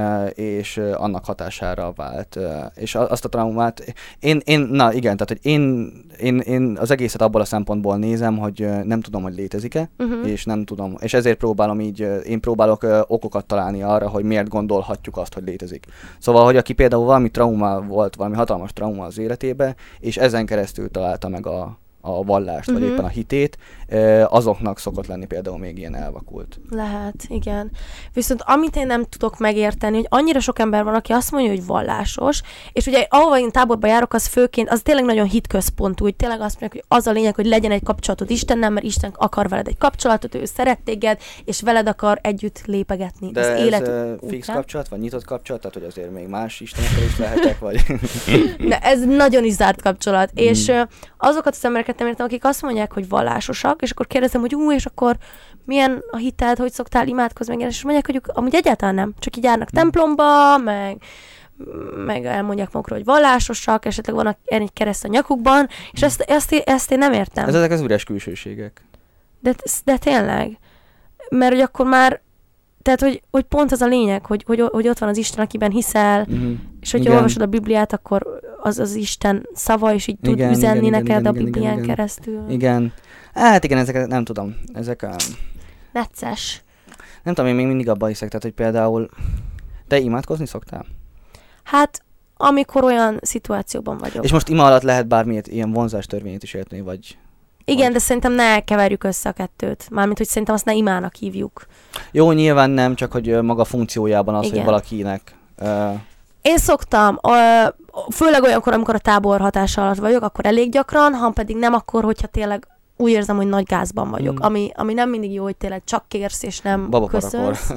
és annak hatására vált. És azt a traumát, én, én na igen, tehát hogy én, én, én az egészet abból a szempontból nézem, hogy nem tudom, hogy létezik-e, uh-huh. és nem tudom, és ezért próbálom így, én próbálok okokat találni arra, hogy miért gondolhatjuk azt, hogy létezik. Szóval, hogy aki például valami trauma volt, valami hatalmas trauma az életébe, és ezen keresztül találta meg a a vallást, uh-huh. vagy éppen a hitét, azoknak szokott lenni például még ilyen elvakult.
Lehet, igen. Viszont amit én nem tudok megérteni, hogy annyira sok ember van, aki azt mondja, hogy vallásos, és ugye ahova én táborba járok, az főként, az tényleg nagyon hitközpontú, hogy tényleg azt mondják, hogy az a lényeg, hogy legyen egy kapcsolatod Istennel, mert Isten akar veled egy kapcsolatot, ő szeret téged, és veled akar együtt lépegetni.
De
az
ez
élet
fix
után.
Kapcsolat, vagy nyitott kapcsolat, tehát hogy azért még más istenekkel is lehetek, vagy...
De ez nagyon is zárt kapcsolat, mm. és azokat az embereket nem értem, akik azt mondják, hogy vallásosak, és akkor kérdezem, hogy ú, és akkor milyen a hited, hogy szoktál imádkozni, meg és mondják, hogy ők amúgy egyáltalán nem, csak így járnak mm. templomba, meg, meg elmondják magukról, hogy vallásosak, esetleg van egy kereszt a nyakukban, és ezt, ezt, ezt én nem értem.
Ez ezek az üres külsőségek.
De, de tényleg, mert hogy akkor már tehát, hogy, hogy pont az a lényeg, hogy, hogy, hogy ott van az Isten, akiben hiszel, mm-hmm. és hogyha olvasod a Bibliát, akkor az az Isten szava, és így tud igen, üzenni igen, neked igen, a Biblián igen, igen. keresztül.
Igen. Hát igen, ezeket nem tudom. Ezek a...
Necces.
Nem tudom, én még mindig abban hiszek, tehát, hogy például te imádkozni szoktál?
Hát, amikor olyan szituációban vagyok.
És most ima alatt lehet bármilyet ilyen vonzás törvényét is érteni, vagy...
Igen,
vagy...
de szerintem ne keverjük össze a kettőt. Mármint, hogy szerintem azt ne imának hívjuk.
Jó, nyilván nem, csak hogy maga funkciójában az, igen. hogy valakinek... Uh...
Én szoktam, uh, főleg olyankor, amikor a tábor hatása alatt vagyok, akkor elég gyakran, ha pedig nem, akkor, hogyha tényleg úgy érzem, hogy nagy gázban vagyok. Mm. Ami, ami nem mindig jó, hogy tényleg csak kérsz, és nem köszönsz.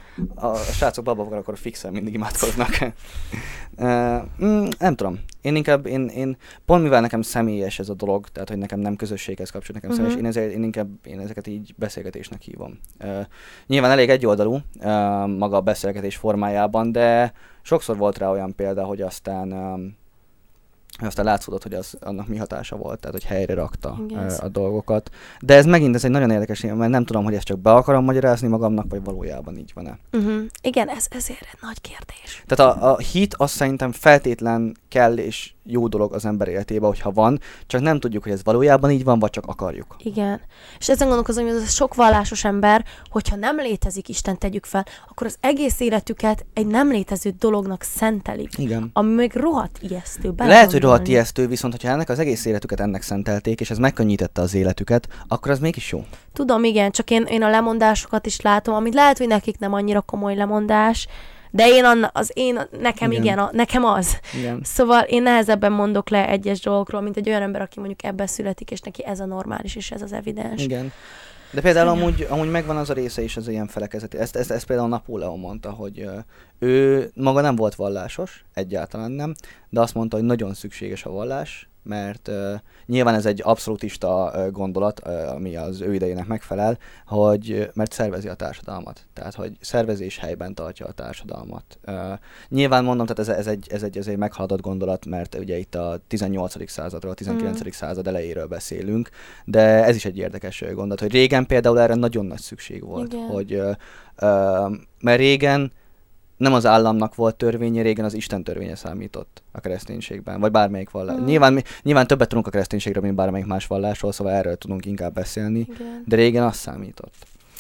a, a srácok babakra akkor fixen mindig imádkoznak. uh, mm, nem tudom. Én inkább, én, én, pont mivel nekem személyes ez a dolog, tehát hogy nekem nem közösséghez kapcsolat, nekem uh-huh. személyes, én, ezért, én inkább én ezeket így beszélgetésnek hívom. Uh, nyilván elég egyoldalú uh, maga a beszélgetés formájában, de sokszor volt rá olyan példa, hogy aztán um, aztán látszódott, hogy az, annak mi hatása volt, tehát hogy helyre rakta yes. a dolgokat. De ez megint ez egy nagyon érdekes, mert nem tudom, hogy ezt csak be akarom magyarázni magamnak, vagy valójában így van-e.
Uh-huh. Igen, ez ezért egy nagy kérdés.
Tehát a, a hit azt szerintem feltétlen kell és jó dolog az ember életében, hogyha van, csak nem tudjuk, hogy ez valójában így van, vagy csak akarjuk.
Igen. És ezen gondolkozom, hogy az sok vallásos ember, hogyha nem létezik, Isten tegyük fel, akkor az egész életüket egy nem létező dolognak szentelik.
Igen.
Ami még rohadt ijesztő.
Lehet, hogy rohadt ijesztő, viszont hogyha ennek az egész életüket ennek szentelték, és ez megkönnyítette az életüket, akkor az mégis jó.
Tudom, igen, csak én, én a lemondásokat is látom, amit lehet, hogy nekik nem annyira komoly lemondás, de én anna, az én, nekem igen, igen a, nekem az.
Igen.
Szóval én nehezebben mondok le egyes dolgokról, mint egy olyan ember, aki mondjuk ebben születik, és neki ez a normális, és ez az evidens.
Igen. De például amúgy, amúgy megvan az a része is az ilyen felekezeti. Ezt, ezt, ezt például Napóleon mondta, hogy uh, ő maga nem volt vallásos, egyáltalán nem, de azt mondta, hogy nagyon szükséges a vallás, mert uh, nyilván ez egy abszolútista uh, gondolat, uh, ami az ő idejének megfelel, hogy uh, mert szervezi a társadalmat. Tehát, hogy szervezés helyben tartja a társadalmat. Uh, nyilván mondom, tehát ez, ez, egy, ez, egy, ez egy meghaladott gondolat, mert ugye itt a tizennyolcadik századról, a tizenkilencedik Mm. század elejéről beszélünk, de ez is egy érdekes gondolat, hogy régen például erre nagyon nagy szükség volt. Hogy, uh, uh, mert régen nem az államnak volt törvénye, régen az Isten törvénye számított a kereszténységben, vagy bármelyik vallás. Mm. Nyilván, nyilván többet tudunk a kereszténységről, mint bármelyik más vallásról, szóval erről tudunk inkább beszélni,
igen.
De régen az számított.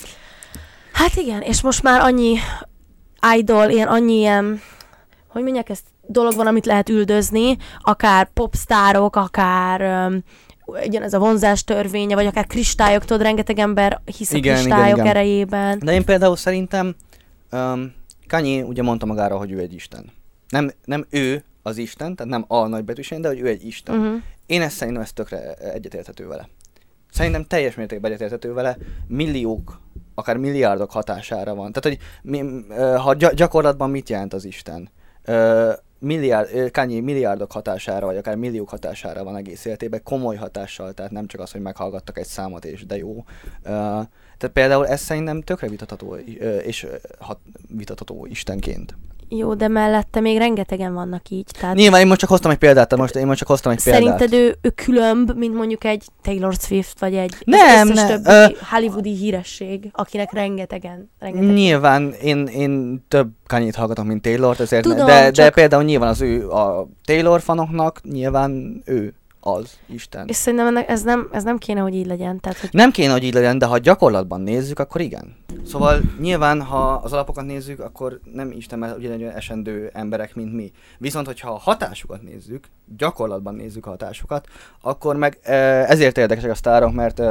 Hát igen, és most már annyi idol, ilyen, annyi ilyen, hogy mondják, ezt dolog van, amit lehet üldözni, akár popstárok, akár um, ugyanez a vonzás törvénye, vagy akár kristályok, tudod, rengeteg ember hisz a
igen,
kristályok
igen, igen.
erejében.
De én például szerintem um, Kanye ugye mondta magára, hogy ő egy isten. Nem, nem ő az Isten, tehát nem a nagybetűsén, de hogy ő egy Isten. Uh-huh. Én ezt szerintem ezt tökre egyetérthető vele. Szerintem teljes mértékben egyetérthető vele, milliók, akár milliárdok hatására van. Tehát, hogy mi, ha gyakorlatban mit jelent az Isten? Milliárd, Kanye milliárdok hatására, vagy akár milliók hatására van egész életében, komoly hatással, tehát nem csak az, hogy meghallgattak egy számot, és de jó. Tehát például ez szerintem tökre vitatható, és hat, vitatható istenként.
Jó, de mellette még rengetegen vannak így. Tehát
nyilván én most csak hoztam egy példát, tehát most én most csak hoztam egy példát.
Szerinted ő, ő különb, mint mondjuk egy Taylor Swift, vagy egy
nem,
összes
nem,
többi
ö...
hollywoodi híresség, akinek rengetegen, rengetegen.
Nyilván én, én több Kanye-t hallgatom, mint Taylort, ezért
Tudom,
de,
csak...
de például nyilván az ő, a Taylor fanoknak nyilván ő az Isten.
És szerintem ennek ez nem, ez nem kéne, hogy így legyen. Tehát, hogy...
Nem kéne, hogy így legyen, de ha gyakorlatban nézzük, akkor igen. Szóval nyilván, ha az alapokat nézzük, akkor nem Isten, mert ugyanúgy esendő emberek, mint mi. Viszont, hogyha a hatásukat nézzük, gyakorlatban nézzük a hatásukat, akkor meg ezért érdekesek a sztárok, mert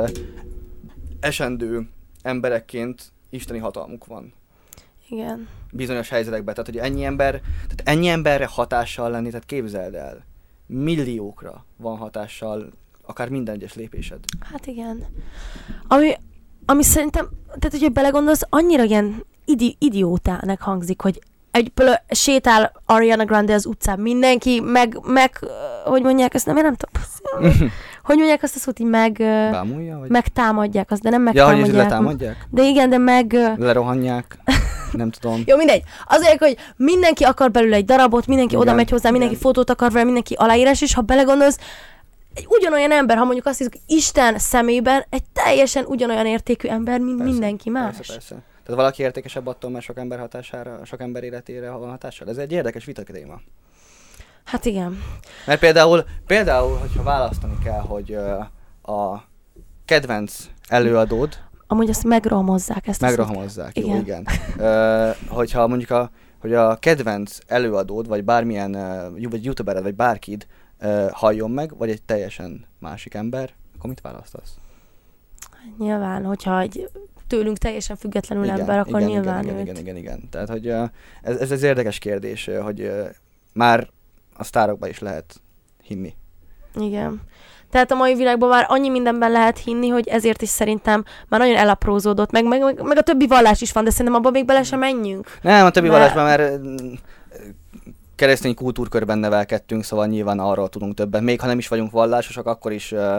esendő emberekként isteni hatalmuk van.
Igen.
Bizonyos helyzetekben. Tehát, hogy ennyi ember, tehát ennyi emberre hatással lenni, tehát képzeld el. Milliókra van hatással akár minden egyes lépésed.
Hát igen. Ami, ami szerintem, tehát hogyha belegondolsz, annyira ilyen idi, idiótának hangzik, hogy egy például sétál Ariana Grande az utcán, mindenki meg, meg hogy mondják ezt, nem, én nem tudom. Hogy mondják azt a szót, így meg...
Bámulja? Vagy?
Megtámadják azt, de nem megtámadják.
Ja, hogy letámadják?
De igen, de meg...
Lerohanják. Nem tudom.
Jó, mindegy. Azért, hogy mindenki akar belőle egy darabot, mindenki igen, oda megy hozzá, mindenki igen. fotót akar vele, mindenki aláírás, és ha belegondolsz, egy ugyanolyan ember, ha mondjuk azt hiszük, Isten szemében egy teljesen ugyanolyan értékű ember, mint persze, mindenki más.
Persze, persze. Tehát valaki értékesebb attól, mert sok ember hatására, sok ember életére van hatással. Ez egy érdekes vitatéma.
Hát igen.
Mert például, például, hogyha választani kell, hogy uh, a kedvenc előadód,
amúgy ezt megrohamozzák. Ezt
megrohamozzák, jó, igen. igen. uh, hogyha mondjuk a, hogy a kedvenc előadód, vagy bármilyen uh, vagy youtubered, vagy bárkid uh, halljon meg, vagy egy teljesen másik ember, akkor mit választasz?
Nyilván, hogyha egy tőlünk teljesen függetlenül
igen,
ember, akkor
igen,
nyilván
igen,
őt.
igen, igen, igen. Tehát, hogy uh, ez, ez egy érdekes kérdés, uh, hogy uh, már a sztárokba is lehet hinni.
Igen. Tehát a mai világban már annyi mindenben lehet hinni, hogy ezért is szerintem már nagyon elaprózódott, meg, meg, meg, meg a többi vallás is van, de szerintem abban még bele sem menjünk.
Nem, a többi
Mert...
vallásban már keresztény kultúrkörben nevelkedtünk, szóval nyilván arról tudunk többet. Még ha nem is vagyunk vallásosak, akkor is uh,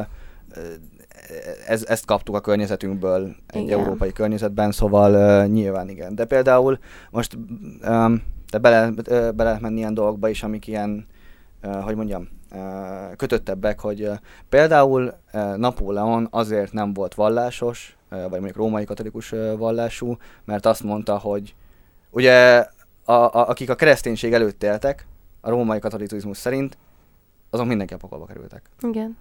ez, ezt kaptuk a környezetünkből egy igen. európai környezetben, szóval uh, nyilván igen. De például most um, de bele, uh, bele lehet menni ilyen dolgokba is, amik ilyen, uh, hogy mondjam, uh, kötöttebbek, hogy uh, például uh, Napóleon azért nem volt vallásos, uh, vagy mondjuk római katolikus uh, vallású, mert azt mondta, hogy ugye A, a, akik a kereszténység előtt éltek, a római katolicizmus szerint, azok mindenki a pokolba kerültek.
Igen.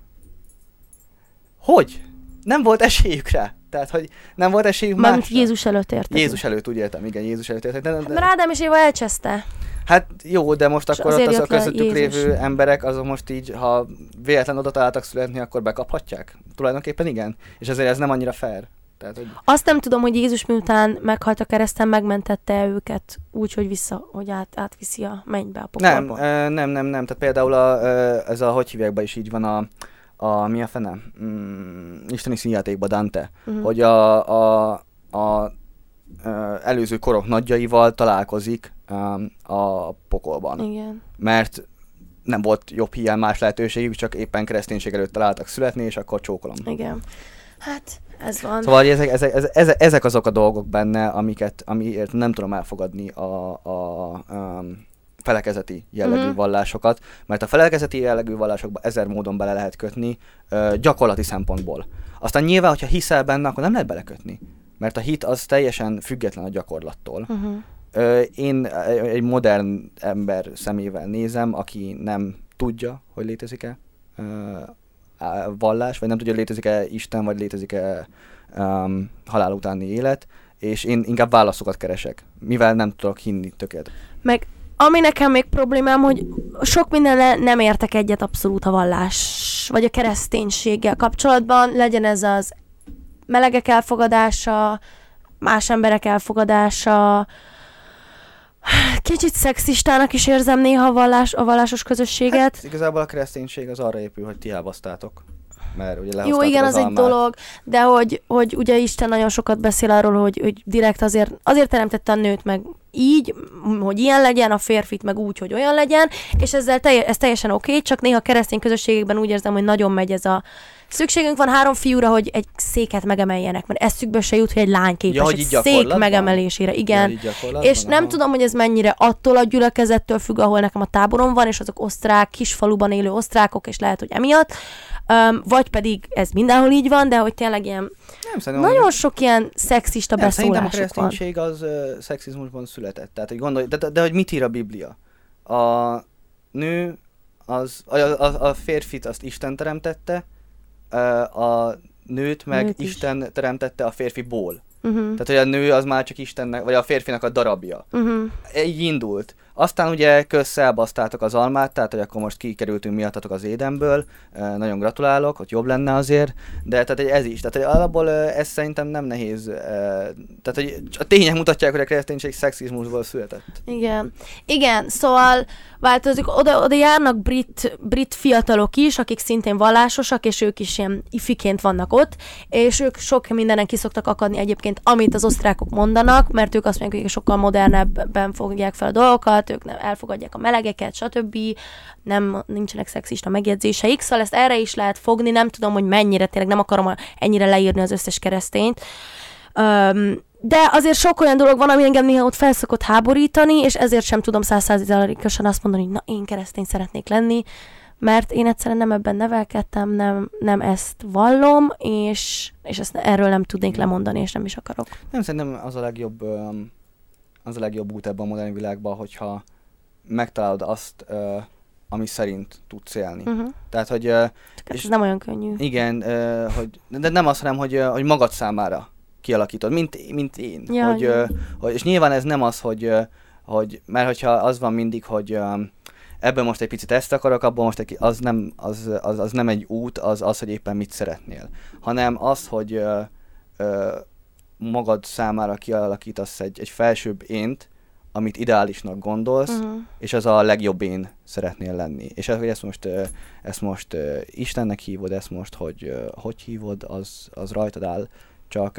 Hogy? Nem volt esélyük rá. Tehát, hogy nem volt esélyük másra.
Mármint Jézus előtt értek.
Jézus előtt, úgy értem, igen, Jézus előtt értek. De, de...
Mert Ádám és Éva elcseszte.
Hát jó, de most
és
akkor ott az a közöttük
Jézus.
lévő emberek, azok most így, ha véletlen oda találtak születni, akkor bekaphatják? Tulajdonképpen igen. És ezért ez nem annyira fair. Tehát, hogy...
Azt nem tudom, hogy Jézus miután meghalt a kereszten, megmentette őket úgy, hogy vissza, hogy át, átviszi a mennybe, a pokolba.
Nem, nem, nem, nem. Tehát például a, ez a hogy hívják be is így van a, a mi a fene? Mm, isteni színjátékban Dante, uh-huh. hogy a, a, a, a előző korok nagyjaival találkozik um, a pokolban.
Igen.
Mert nem volt jobb hiány más lehetőségük, csak éppen kereszténység előtt találtak születni, és akkor csókolom.
Igen. Hát, ez van.
Szóval ezek, ezek, ezek, ezek azok a dolgok benne, amiket, amiért nem tudom elfogadni a, a, a felekezeti jellegű mm-hmm. vallásokat, mert a felekezeti jellegű vallásokba ezer módon bele lehet kötni ö, gyakorlati szempontból. Aztán nyilván, hogyha hiszel benne, akkor nem lehet belekötni, mert a hit az teljesen független a gyakorlattól. Mm-hmm. Ö, én egy modern ember szemével nézem, aki nem tudja, hogy létezik-e ö, vallás, vagy nem tudja, hogy létezik-e Isten, vagy létezik-e um, halál utáni élet, és én inkább válaszokat keresek, mivel nem tudok hinni tökélet.
Meg ami nekem még problémám, hogy sok mindenre nem értek egyet abszolút a vallás, vagy a kereszténységgel kapcsolatban, legyen ez az melegek elfogadása, más emberek elfogadása, kicsit szexistának is érzem néha a, vallás, a vallásos közösséget.
Hát, igazából a kereszténység az arra épül, hogy ti elbasztátok. Mert ugye
jó, igen, az, az egy dolog, de hogy, hogy ugye Isten nagyon sokat beszél arról, hogy, hogy direkt azért, azért teremtette a nőt meg így, hogy ilyen legyen, a férfit meg úgy, hogy olyan legyen, és ezzel telje, ez teljesen oké, okay, csak néha a keresztény közösségekben úgy érzem, hogy nagyon megy ez a szükségünk van három fiúra, hogy egy széket megemeljenek, mert eszükbe se jut, hogy egy lány képes ja, egy szék megemelésére. Igen. Ja, és nem aha. tudom, hogy ez mennyire attól a gyülekezettől függ, ahol nekem a táborom van, és azok osztrák, kisfaluban élő osztrákok, és lehet, hogy emiatt. Um, vagy pedig ez mindenhol így van, de hogy tényleg ilyen nem, nagyon hogy... sok ilyen szexista nem, beszólások van.
Szerintem a kereszténység az uh, szexizmusban született. Tehát, hogy gondolj, de, de, de hogy mit ír a Biblia? A nő, az, a, a, a férfit azt Isten teremtette, a nőt meg nőt Isten is. teremtette a férfiból. Uh-huh. Tehát, hogy a nő az már csak Istennek, vagy a férfinak a darabja. Uh-huh. Így indult. Aztán ugye közszelbasztátok az almát, tehát, hogy akkor most kikerültünk miattatok az Édenből. E, nagyon gratulálok, hogy jobb lenne azért. De tehát ez is. Tehát, hogy alapból ez szerintem nem nehéz. E, tehát, hogy a tények mutatják, hogy a kereszténység szexizmusból született.
Igen. Igen, szóval változik. Oda, oda járnak brit, brit fiatalok is, akik szintén vallásosak, és ők is ilyen ifiként vannak ott, és ők sok mindenen kiszoktak akadni egyébként, amit az osztrákok mondanak, mert ők azt mondják, hogy sokkal modernebben fogják fel a dolgokat, ők nem elfogadják a melegeket, stb. Nem, nincsenek szexista megjegyzéseik, szóval ezt erre is lehet fogni, nem tudom, hogy mennyire, tényleg nem akarom ennyire leírni az összes keresztényt. Um, de azért sok olyan dolog van, ami engem néha ott felszokott háborítani, és ezért sem tudom százszázalékosan azt mondani, hogy na, én keresztény szeretnék lenni, mert én egyszerűen nem ebben nevelkedtem, nem, nem ezt vallom, és, és ezt erről nem tudnék lemondani, és nem is akarok.
Nem, szerintem az a legjobb, az a legjobb út ebben a modern világban, hogyha megtalálod azt, ami szerint tudsz élni. Uh-huh. Tehát, hogy...
És ez nem olyan könnyű.
Igen, hogy, de nem azt, hanem, hogy, hogy magad számára kialakítod, mint, mint én.
Ja,
hogy, uh, hogy, és nyilván ez nem az, hogy, uh, hogy mert hogyha az van mindig, hogy uh, ebben most egy picit ezt akarok, abban most egy, az, nem, az, az, az nem egy út, az az, hogy éppen mit szeretnél. Hanem az, hogy uh, uh, magad számára kialakítasz egy, egy felsőbb ént, amit ideálisnak gondolsz, uh-huh. és az a legjobb én szeretnél lenni. És hogy ezt most, ezt most Istennek hívod, ezt most hogy, hogy hívod, az, az rajtad áll, csak,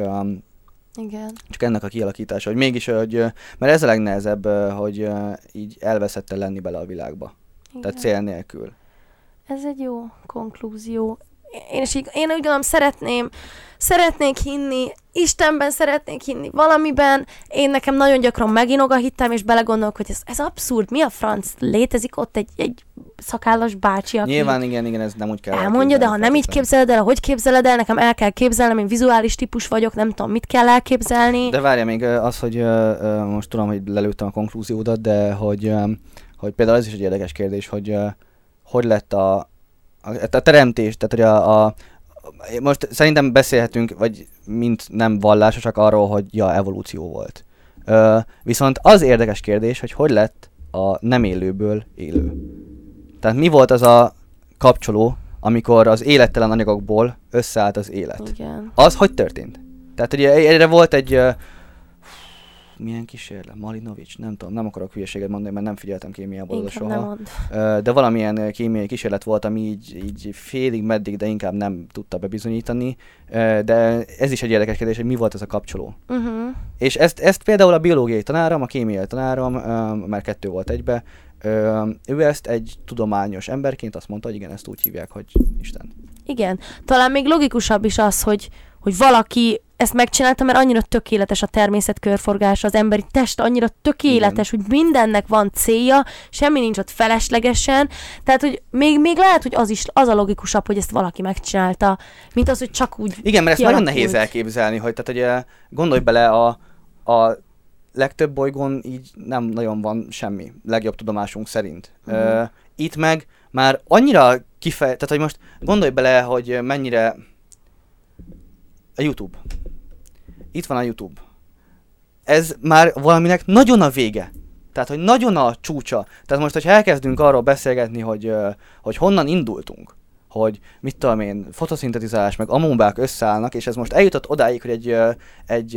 igen.
csak ennek a kialakítása, hogy mégis, hogy, mert ez a legnehezebb, hogy így elveszettel lenni bele a világba. Igen. Tehát cél nélkül.
Ez egy jó konklúzió. Én is így, én úgy gondolom, szeretném, szeretnék hinni, Istenben szeretnék hinni, valamiben. Én nekem nagyon gyakran megint a hittem, és belegondolok, hogy ez, ez abszurd, mi a franc? Létezik ott egy, egy szakállas bácsi, aki
nyilván igen, igen, ez nem úgy kell
elmondja, de ha nem így képzeled el, hogy képzeled el, nekem el kell képzelnem, én vizuális típus vagyok, nem tudom, mit kell elképzelni.
De várja még az, hogy uh, most tudom, hogy lelőttem a konklúziódat, de hogy, uh, hogy például ez is egy érdekes kérdés, hogy uh, hogy lett a, a, a teremtés, tehát hogy a, a most szerintem beszélhetünk, vagy mint nem vallásosak arról, hogy ja, evolúció volt. Ö, viszont az érdekes kérdés, hogy hogy lett a nem élőből élő. Tehát mi volt az a kapcsoló, amikor az élettelen anyagokból összeállt az élet?
Igen.
Az hogy történt? Tehát ugye erre volt egy... Uh, milyen kísérlet? Malinovics? Nem tudom, nem akarok hülyeséget mondani, mert nem figyeltem kémiából oda soha. De valamilyen kémiai kísérlet volt, ami így, így félig, meddig, de inkább nem tudta bebizonyítani. De ez is egy érdekes kérdés, hogy mi volt ez a kapcsoló. Uh-huh. És ezt, ezt például a biológiai tanárom, a kémiai tanárom, mert kettő volt egybe, ő ezt egy tudományos emberként azt mondta, hogy igen, ezt úgy hívják, hogy Isten.
Igen. Talán még logikusabb is az, hogy, hogy valaki ezt megcsinálta, mert annyira tökéletes a természet körforgása, az emberi test annyira tökéletes, igen. hogy mindennek van célja, semmi nincs ott feleslegesen, tehát, hogy még, még lehet, hogy az is az a logikusabb, hogy ezt valaki megcsinálta, mint az, hogy csak úgy
igen, mert ezt nagyon nehéz elképzelni, hogy tehát, hogy gondolj bele, a, a legtöbb bolygón így nem nagyon van semmi, legjobb tudomásunk szerint. Uh-huh. Uh, itt meg már annyira kifej... Tehát, hogy most gondolj bele, hogy mennyire... A YouTube. Itt van a YouTube. Ez már valaminek nagyon a vége. Tehát, hogy nagyon a csúcsa. Tehát most, hogyha elkezdünk arról beszélgetni, hogy, hogy honnan indultunk, hogy mit tudom én, fotoszintetizálás, meg amóbák összeállnak, és ez most eljutott odáig, hogy egy... egy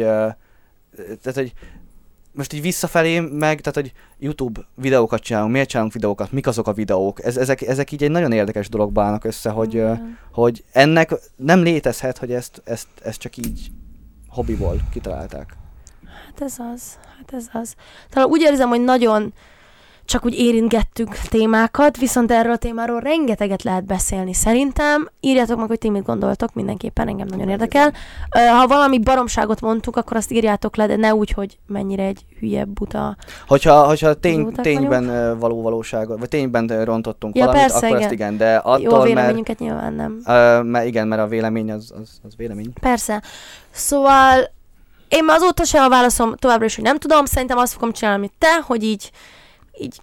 tehát, hogy most így visszafelé meg, tehát, hogy YouTube videókat csinálunk, miért csinálunk videókat, mik azok a videók, ez, ezek, ezek így egy nagyon érdekes dologba állnak össze, hogy, mm. uh, hogy ennek nem létezhet, hogy ezt, ezt, ezt csak így hobbiból kitalálták.
Hát ez az, hát ez az. Talán úgy érzem, hogy nagyon csak úgy érintgettük témákat, viszont erről a témáról rengeteget lehet beszélni szerintem. Írjátok meg, hogy ti mit gondoltok, mindenképpen engem nagyon érdekel. Ha valami baromságot mondtuk, akkor azt írjátok le, de ne úgy, hogy mennyire egy hülye, buta.
Hogyha, hogyha tény, tényben vagyunk. való valóságot, vagy tényben rontottunk ja, valamit, persze, akkor igen. azt igen, de attól,
jó, a véleményünket mert, nyilván nem.
Uh, mert igen, mert a vélemény az, az, az vélemény.
Persze. Szóval én már azóta sem a válaszom továbbra is, hogy nem tudom, szerintem azt fogom csinálni, amit te, hogy így így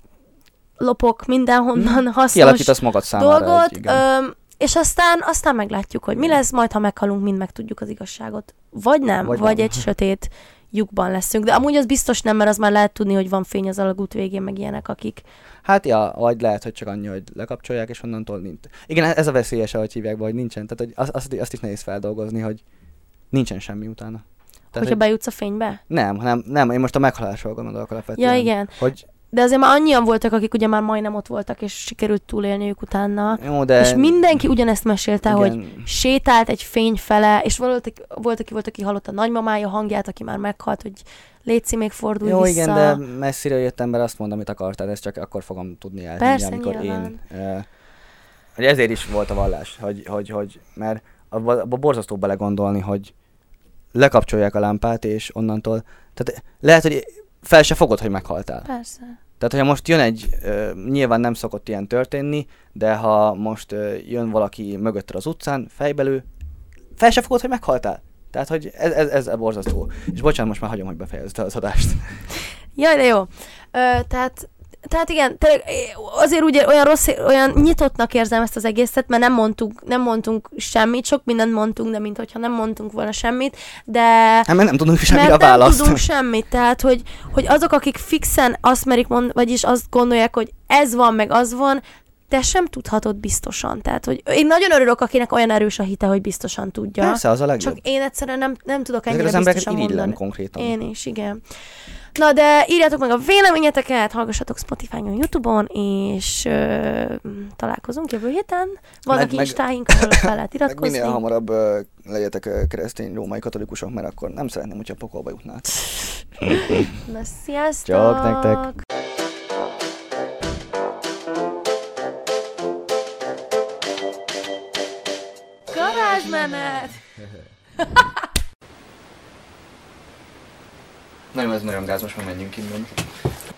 lopok mindenhonnan hasznos
kialakítasz magad
dolgot, egy, öm, és aztán, aztán meglátjuk, hogy mi lesz, majd ha meghalunk, mind megtudjuk az igazságot. Vagy nem, vagy, vagy nem. Egy sötét lyukban leszünk. De amúgy az biztos nem, mert az már lehet tudni, hogy van fény az alagút végén, meg ilyenek, akik...
Hát ja, vagy lehet, hogy csak annyi, hogy lekapcsolják, és onnantól nincs. Igen, ez a veszélyes, ahogy hívják be, hogy nincsen. Tehát hogy azt, azt is nehéz feldolgozni, hogy nincsen semmi utána. Tehát,
hogyha hogy... bejutsz a fénybe?
Nem, hanem, nem, én most a meghalásról gondolok alapvetően.
Ja, igen.
Hogy...
De azért már annyian voltak, akik ugye már majdnem ott voltak, és sikerült túlélniük utána.
Jó, de...
És mindenki ugyanezt mesélte, igen. hogy sétált egy fény fele, és volt, volt, aki volt, aki hallott a nagymamája hangját, aki már meghalt, hogy létszi, még fordulj
jó,
vissza.
Jó, igen, de messzire jött ember, azt mond, amit akartál, ezt csak akkor fogom tudni elhinni, amikor nyilván. én... Uh, hogy ezért is volt a vallás, hogy, hogy, hogy mert abba, abba borzasztó belegondolni, hogy lekapcsolják a lámpát, és onnantól... Tehát lehet, hogy fel se fogod, hogy meghaltál.
Persze.
Tehát, hogyha most jön egy, uh, nyilván nem szokott ilyen történni, de ha most uh, jön valaki mögötted az utcán, fejbelő, fel se fogod, hogy meghaltál. Tehát, hogy ez, ez, ez borzasztó. És bocsánat, most már hagyom, hogy befejezd az adást.
Jaj, de jó. Ö, tehát, tehát igen, tényleg azért úgy olyan rossz, olyan nyitottnak érzem ezt az egészet, mert nem mondtunk, nem mondtunk semmit, sok mindent mondtunk, de minthogyha nem mondtunk volna semmit, de...
Hát mert nem tudunk semmire a választ.
nem tudunk semmit, tehát, hogy, hogy azok, akik fixen azt merik mond, vagyis azt gondolják, hogy ez van, meg az van, de sem tudhatod biztosan. Tehát, hogy én nagyon örülök, akinek olyan erős a hite, hogy biztosan tudja.
Persze, az a legjobb.
Csak én egyszerűen nem, nem tudok ennyire biztosan mondani.
Konkrétan.
Én is, igen. Na, de írjátok meg a véleményeteket, hallgassatok Spotify-on, YouTube-on, és ö, találkozunk jövő héten. Vannak
meg,
instáink, ahol fel lehet iratkozni.
Meg minél hamarabb uh, legyetek uh, keresztény római katolikusok, mert akkor nem szeretném, hogyha pokolba jutnák.
Na, sziasztok!
Csak nektek!
Garázsmenet!
Na jó, ez nagyon gáz, most már menjünk innen.